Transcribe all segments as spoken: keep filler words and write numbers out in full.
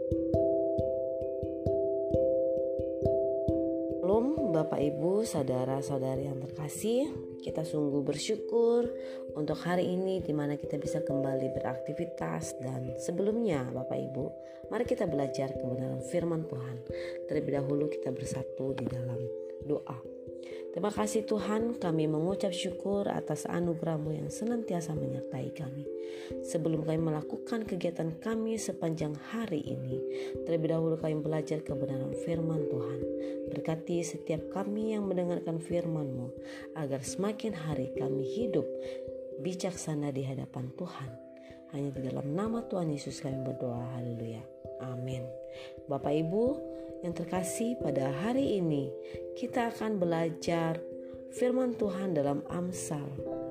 Shalom Bapak Ibu, saudara-saudari yang terkasih. Kita sungguh bersyukur untuk hari ini di mana kita bisa kembali beraktivitas. Dan sebelumnya Bapak Ibu, mari kita belajar kebenaran firman Tuhan. Terlebih dahulu kita bersatu di dalam doa. Terima kasih Tuhan, kami mengucap syukur atas anugerah-Mu yang senantiasa menyertai kami. Sebelum kami melakukan kegiatan kami sepanjang hari ini, terlebih dahulu kami belajar kebenaran firman Tuhan. Berkati setiap kami yang mendengarkan firman-Mu, agar semakin hari kami hidup bijaksana di hadapan Tuhan. Hanya di dalam nama Tuhan Yesus kami berdoa, haleluya, amin. Bapak Ibu yang terkasih, pada hari ini kita akan belajar firman Tuhan dalam Amsal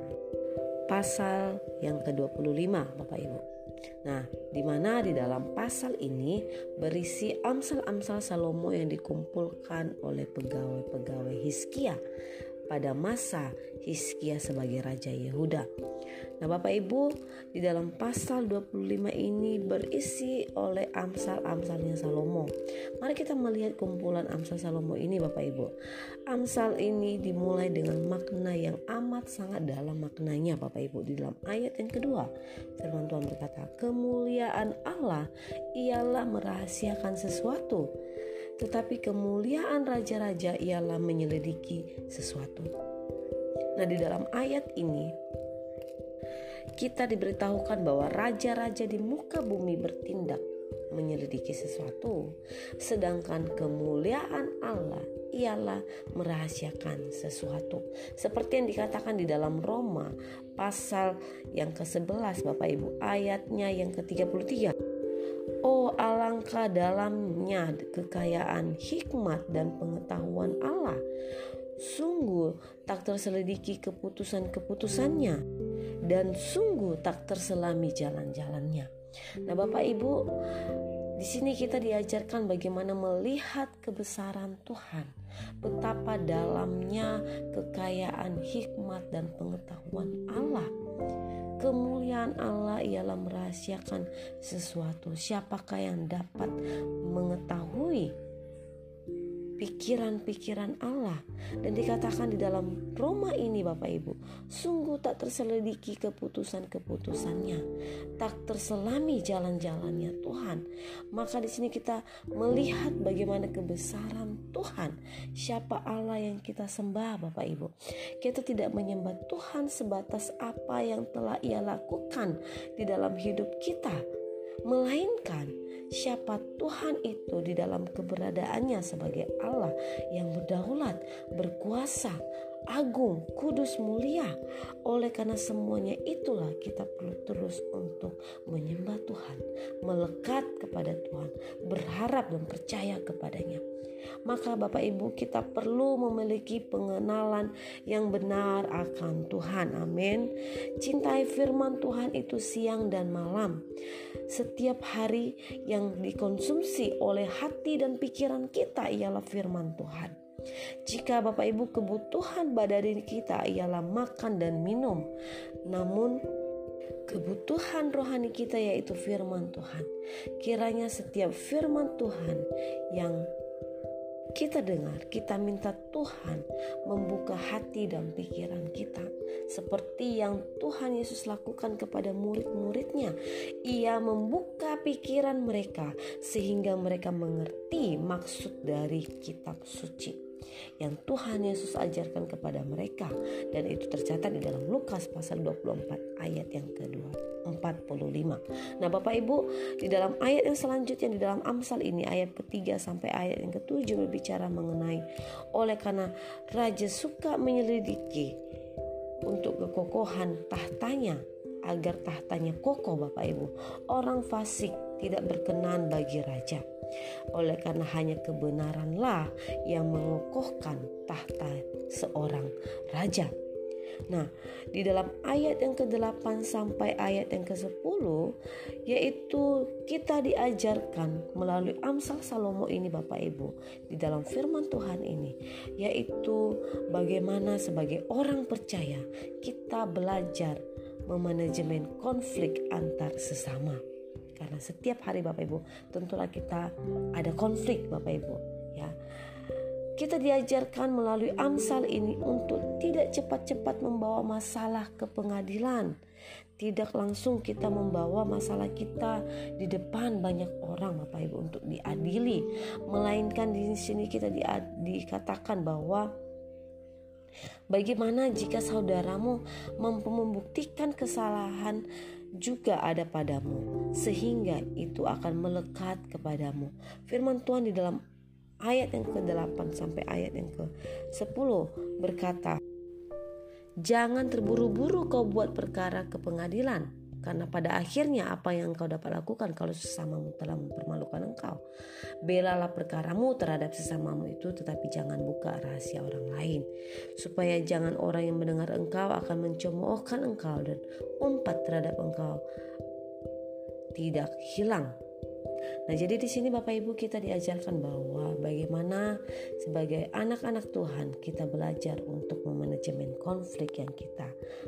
pasal yang ke dua puluh lima, Bapak Ibu. Nah, di mana di dalam pasal ini berisi amsal-amsal Salomo yang dikumpulkan oleh pegawai-pegawai Hizkia pada masa Hizkia sebagai Raja Yehuda. Nah Bapak Ibu, di dalam pasal dua puluh lima ini berisi oleh amsal-amsalnya Salomo. Mari kita melihat kumpulan amsal Salomo ini Bapak Ibu. Amsal ini dimulai dengan makna yang amat sangat dalam maknanya Bapak Ibu. Di dalam ayat yang kedua, firman Tuhan berkata, kemuliaan Allah ialah merahasiakan sesuatu, tetapi kemuliaan raja-raja ialah menyelidiki sesuatu. Nah di dalam ayat ini kita diberitahukan bahwa raja-raja di muka bumi bertindak menyelidiki sesuatu, sedangkan kemuliaan Allah ialah merahasiakan sesuatu. Seperti yang dikatakan di dalam Roma pasal yang ke sebelas Bapak Ibu, ayatnya yang ke tiga puluh tiga. Oh alangkah dalamnya kekayaan hikmat dan pengetahuan Allah, sungguh tak terselidiki keputusan-keputusannya, dan sungguh tak terselami jalan-jalannya. Nah Bapak Ibu, di sini kita diajarkan bagaimana melihat kebesaran Tuhan, betapa dalamnya kekayaan hikmat dan pengetahuan Allah. Kemuliaan Allah ialah merahasiakan sesuatu. Siapakah yang dapat mengetahui pikiran-pikiran Allah? Dan dikatakan di dalam Roma ini Bapak Ibu, sungguh tak terselidiki keputusan-keputusannya, tak terselami jalan-jalannya Tuhan. Maka di sini kita melihat bagaimana kebesaran Tuhan. Siapa Allah yang kita sembah Bapak Ibu. Kita tidak menyembah Tuhan sebatas apa yang telah Ia lakukan di dalam hidup kita, melainkan siapa Tuhan itu di dalam keberadaannya sebagai Allah yang berdaulat, berkuasa, agung, kudus, mulia. Oleh karena semuanya itulah kita perlu terus untuk menyembah Tuhan, melekat kepada Tuhan, berharap dan percaya kepadanya. Maka Bapak Ibu, kita perlu memiliki pengenalan yang benar akan Tuhan. Amin. Cintai firman Tuhan itu siang dan malam, setiap hari. Yang dikonsumsi oleh hati dan pikiran kita ialah firman Tuhan. Jika Bapak Ibu kebutuhan badan kita ialah makan dan minum, namun kebutuhan rohani kita yaitu firman Tuhan. Kiranya setiap firman Tuhan yang kita dengar, kita minta Tuhan membuka hati dan pikiran kita, seperti yang Tuhan Yesus lakukan kepada murid-muridnya. Ia membuka pikiran mereka sehingga mereka mengerti maksud dari kitab suci yang Tuhan Yesus ajarkan kepada mereka, dan itu tercatat di dalam Lukas pasal dua puluh empat ayat yang kedua empat puluh lima. Nah Bapak Ibu, di dalam ayat yang selanjutnya di dalam Amsal ini, ayat ketiga sampai ayat yang ketujuh berbicara mengenai oleh karena raja suka menyelidiki untuk kekokohan tahtanya, agar tahtanya kokoh Bapak Ibu. Orang fasik tidak berkenan bagi raja. Oleh karena hanya kebenaranlah yang mengokohkan tahta seorang raja. Nah, di dalam ayat yang kedelapan sampai ayat yang kesepuluh, yaitu kita diajarkan melalui Amsal Salomo ini Bapak Ibu, di dalam firman Tuhan ini, yaitu bagaimana sebagai orang percaya kita belajar memanajemen konflik antar sesama. Karena setiap hari Bapak Ibu tentulah kita ada konflik Bapak Ibu ya. Kita diajarkan melalui Amsal ini untuk tidak cepat-cepat membawa masalah ke pengadilan. Tidak langsung kita membawa masalah kita di depan banyak orang Bapak Ibu untuk diadili. Melainkan di sini kita di, dikatakan bahwa bagaimana jika saudaramu mampu membuktikan kesalahan juga ada padamu, sehingga itu akan melekat kepadamu. Firman Tuhan di dalam ayat yang ke-delapan sampai ayat yang ke-sepuluh berkata, jangan terburu-buru kau buat perkara ke pengadilan, karena pada akhirnya apa yang engkau dapat lakukan kalau sesamamu telah mempermalukan engkau. Belalah perkaramu terhadap sesamamu itu, tetapi jangan buka rahasia orang lain, supaya jangan orang yang mendengar engkau akan mencemoohkan engkau dan umpat terhadap engkau tidak hilang. Nah, jadi di sini Bapak Ibu kita diajarkan bahwa bagaimana sebagai anak-anak Tuhan kita belajar untuk memanajemen konflik yang kita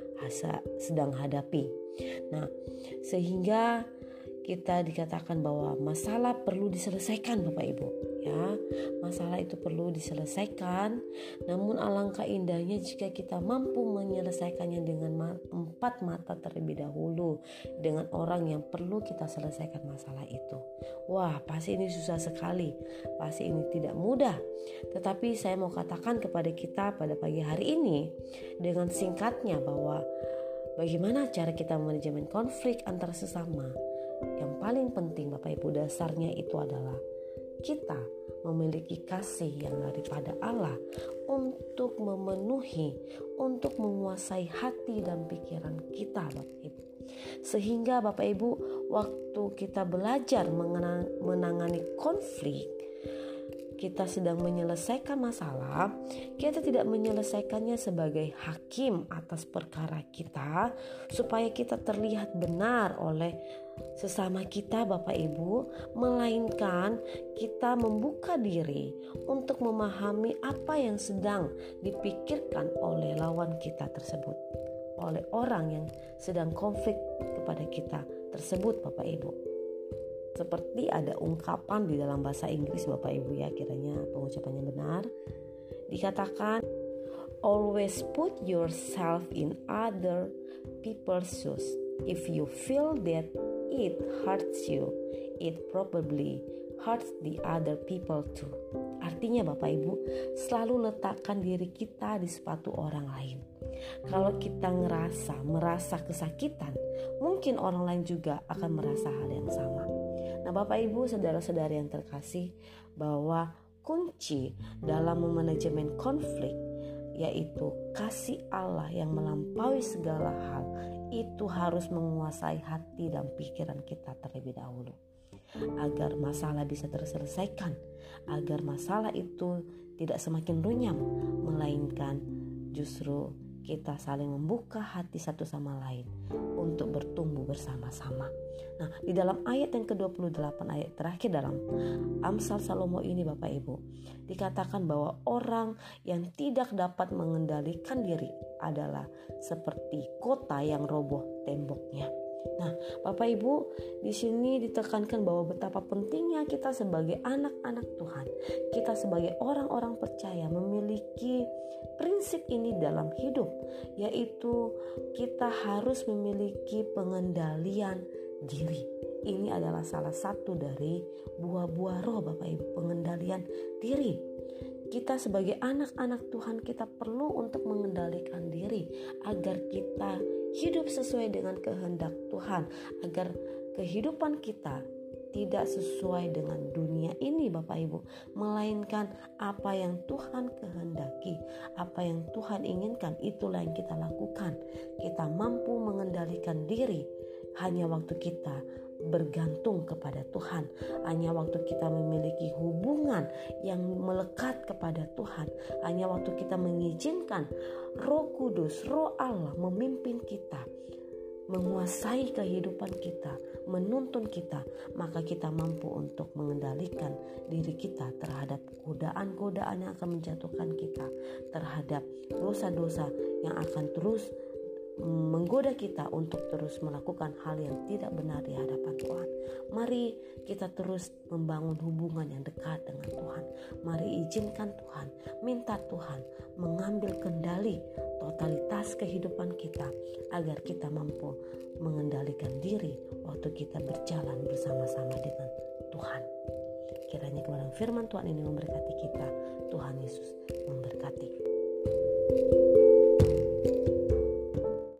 sedang hadapi. Nah, sehingga kita dikatakan bahwa masalah perlu diselesaikan Bapak Ibu ya. Masalah itu perlu diselesaikan. Namun alangkah indahnya jika kita mampu menyelesaikannya dengan empat mata terlebih dahulu, dengan orang yang perlu kita selesaikan masalah itu. Wah, pasti ini susah sekali. Pasti ini tidak mudah. Tetapi saya mau katakan kepada kita pada pagi hari ini dengan singkatnya bahwa bagaimana cara kita manajemen konflik antar sesama. Yang paling penting Bapak Ibu dasarnya itu adalah kita memiliki kasih yang daripada Allah untuk memenuhi, untuk menguasai hati dan pikiran kita Bapak Ibu. Sehingga Bapak Ibu waktu kita belajar menangani konflik, kita sedang menyelesaikan masalah, kita tidak menyelesaikannya sebagai hakim atas perkara kita supaya kita terlihat benar oleh sesama kita Bapak Ibu, melainkan kita membuka diri untuk memahami apa yang sedang dipikirkan oleh lawan kita tersebut, oleh orang yang sedang konflik kepada kita tersebut Bapak Ibu. Seperti ada ungkapan di dalam bahasa Inggris Bapak Ibu ya, kiranya pengucapannya benar. Dikatakan, always put yourself in other people's shoes. If you feel that it hurts you, it probably hurts the other people too. Artinya Bapak Ibu, selalu letakkan diri kita di sepatu orang lain. Kalau kita ngerasa, merasa kesakitan, mungkin orang lain juga akan merasa hal yang sama. Nah Bapak Ibu, saudara-saudari yang terkasih, bahwa kunci dalam memanajemen konflik yaitu kasih Allah yang melampaui segala hal itu harus menguasai hati dan pikiran kita terlebih dahulu, agar masalah bisa terselesaikan, agar masalah itu tidak semakin runyam, melainkan justru kita saling membuka hati satu sama lain untuk bertumbuh bersama-sama. Nah, di dalam ayat yang ke dua puluh delapan, ayat terakhir dalam Amsal Salomo ini Bapak Ibu, dikatakan bahwa orang yang tidak dapat mengendalikan diri adalah seperti kota yang roboh temboknya. Nah, Bapak Ibu, di sini ditekankan bahwa betapa pentingnya kita sebagai anak-anak Tuhan, kita sebagai orang-orang percaya memiliki prinsip ini dalam hidup, yaitu kita harus memiliki pengendalian diri. Ini adalah salah satu dari buah-buah roh Bapak Ibu, pengendalian diri. Kita sebagai anak-anak Tuhan, kita perlu untuk mengendalikan diri agar kita hidup sesuai dengan kehendak Tuhan, agar kehidupan kita tidak sesuai dengan dunia ini Bapak Ibu, melainkan apa yang Tuhan kehendaki, apa yang Tuhan inginkan, itulah yang kita lakukan. Kita mampu mengendalikan diri hanya waktu kita bergantung kepada Tuhan, hanya waktu kita memiliki hubungan yang melekat kepada Tuhan, hanya waktu kita mengizinkan Roh Kudus, Roh Allah memimpin kita, menguasai kehidupan kita, menuntun kita, maka kita mampu untuk mengendalikan diri kita terhadap godaan-godaan yang akan menjatuhkan kita, terhadap dosa-dosa yang akan terus menggoda kita untuk terus melakukan hal yang tidak benar di hadapan Tuhan. Mari kita terus membangun hubungan yang dekat dengan Tuhan. Mari izinkan Tuhan, minta Tuhan mengambil kendali totalitas kehidupan kita agar kita mampu mengendalikan diri waktu kita berjalan bersama-sama dengan Tuhan. Kiranya kebenaran firman Tuhan ini memberkati kita. Tuhan Yesus memberkati.